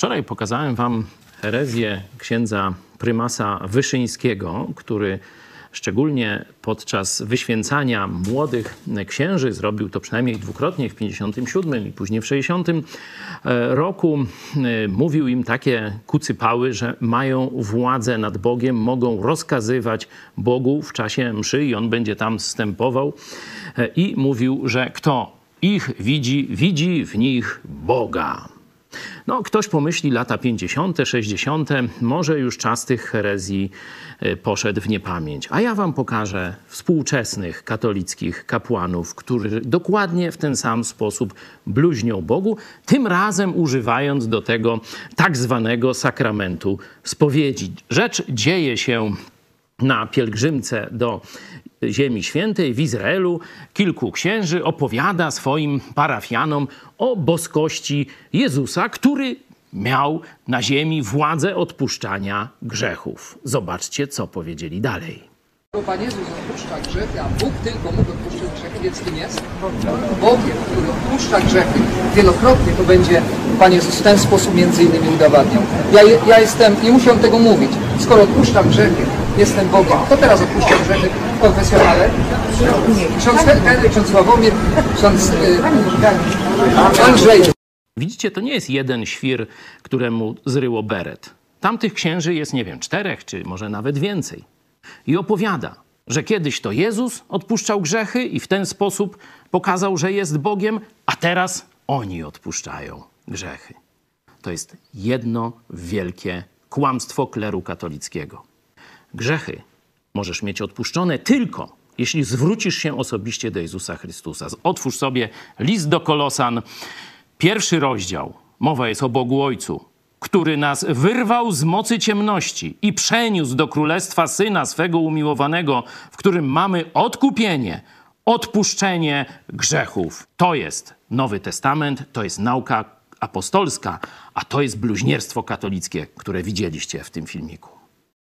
Wczoraj pokazałem wam herezję księdza prymasa Wyszyńskiego, który szczególnie podczas wyświęcania młodych księży, zrobił to przynajmniej dwukrotnie, w 57 i później w 60 roku, mówił im takie kucypały, że mają władzę nad Bogiem, mogą rozkazywać Bogu w czasie mszy i on będzie tam zstępował. I mówił, że kto ich widzi, widzi w nich Boga. No, ktoś pomyśli, lata 50., 60., może już czas tych herezji poszedł w niepamięć. A ja wam pokażę współczesnych katolickich kapłanów, którzy dokładnie w ten sam sposób bluźnią Bogu, tym razem używając do tego tak zwanego sakramentu spowiedzi. Rzecz dzieje się na pielgrzymce do Ziemi Świętej w Izraelu. Kilku księży opowiada swoim parafianom o boskości Jezusa, który miał na ziemi władzę odpuszczania grzechów. Zobaczcie, co powiedzieli dalej. Pan Jezus odpuszcza grzechy, a Bóg tylko mógł odpuszczać grzechy, więc kim jest? Bogiem, który odpuszcza grzechy. Wielokrotnie to będzie Pan Jezus w ten sposób między innymi udowadniał. Ja jestem, nie muszę tego mówić, skoro odpuszczam grzechy, jestem Bogiem. Kto teraz odpuszcza grzechy w konfesjonale? Ksiądz Henryk, ksiądz Sławomir, ksiądz Andrzej. Widzicie, to nie jest jeden świr, któremu zryło beret. Tamtych księży jest, nie wiem, 4 czy może nawet więcej. I opowiada, że kiedyś to Jezus odpuszczał grzechy i w ten sposób pokazał, że jest Bogiem, a teraz oni odpuszczają grzechy. To jest jedno wielkie kłamstwo kleru katolickiego. Grzechy możesz mieć odpuszczone tylko, jeśli zwrócisz się osobiście do Jezusa Chrystusa. Otwórz sobie list do Kolosan, 1 rozdział. Mowa jest o Bogu Ojcu, który nas wyrwał z mocy ciemności i przeniósł do królestwa Syna swego umiłowanego, w którym mamy odkupienie, odpuszczenie grzechów. To jest Nowy Testament, to jest nauka apostolska, a to jest bluźnierstwo katolickie, które widzieliście w tym filmiku.